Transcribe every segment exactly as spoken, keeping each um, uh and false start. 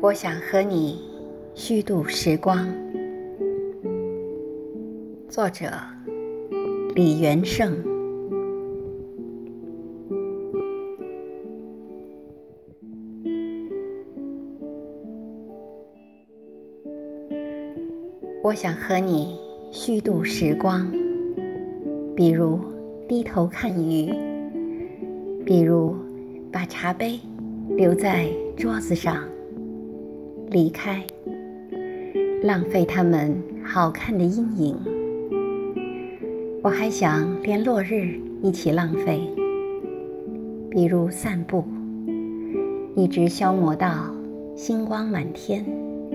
我想和你虚度时光。作者李元胜。我想和你虚度时光，比如低头看鱼，比如把茶杯留在桌子上，离开，浪费它们好看的阴影。我还想连落日一起浪费，比如散步，一直消磨到星光满天。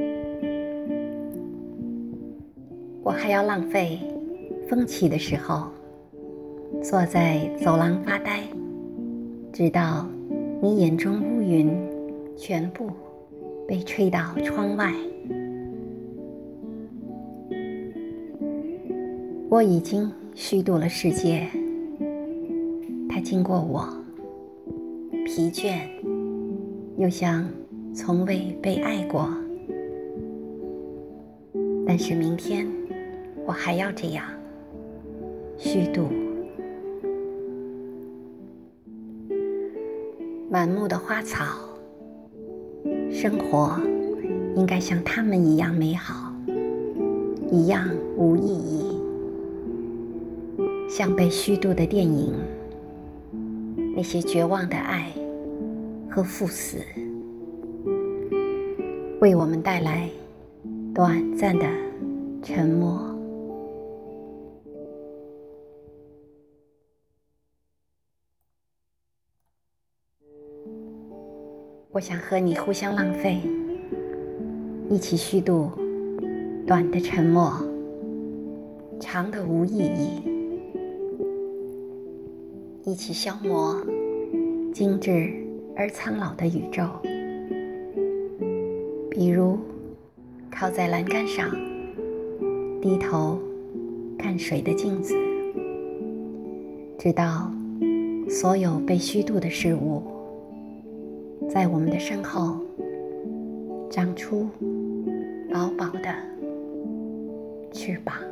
我还要浪费风起的时候，坐在走廊发呆，直到你眼中乌云全部被吹到窗外。我已经虚度了世界，它经过我，疲倦，又像从未被爱过。但是明天我还要这样虚度。满目的花草，生活应该像它们一样美好，一样无意义，像被虚度的电影，那些绝望的爱和赴死，为我们带来短暂的沉默。我想和你互相浪费，一起虚度短的沉默，长的无意义，一起消磨精致而苍老的宇宙。比如靠在栏杆上，低头看水的镜子，直到所有被虚度的事物在我们的身后长出薄薄的翅膀。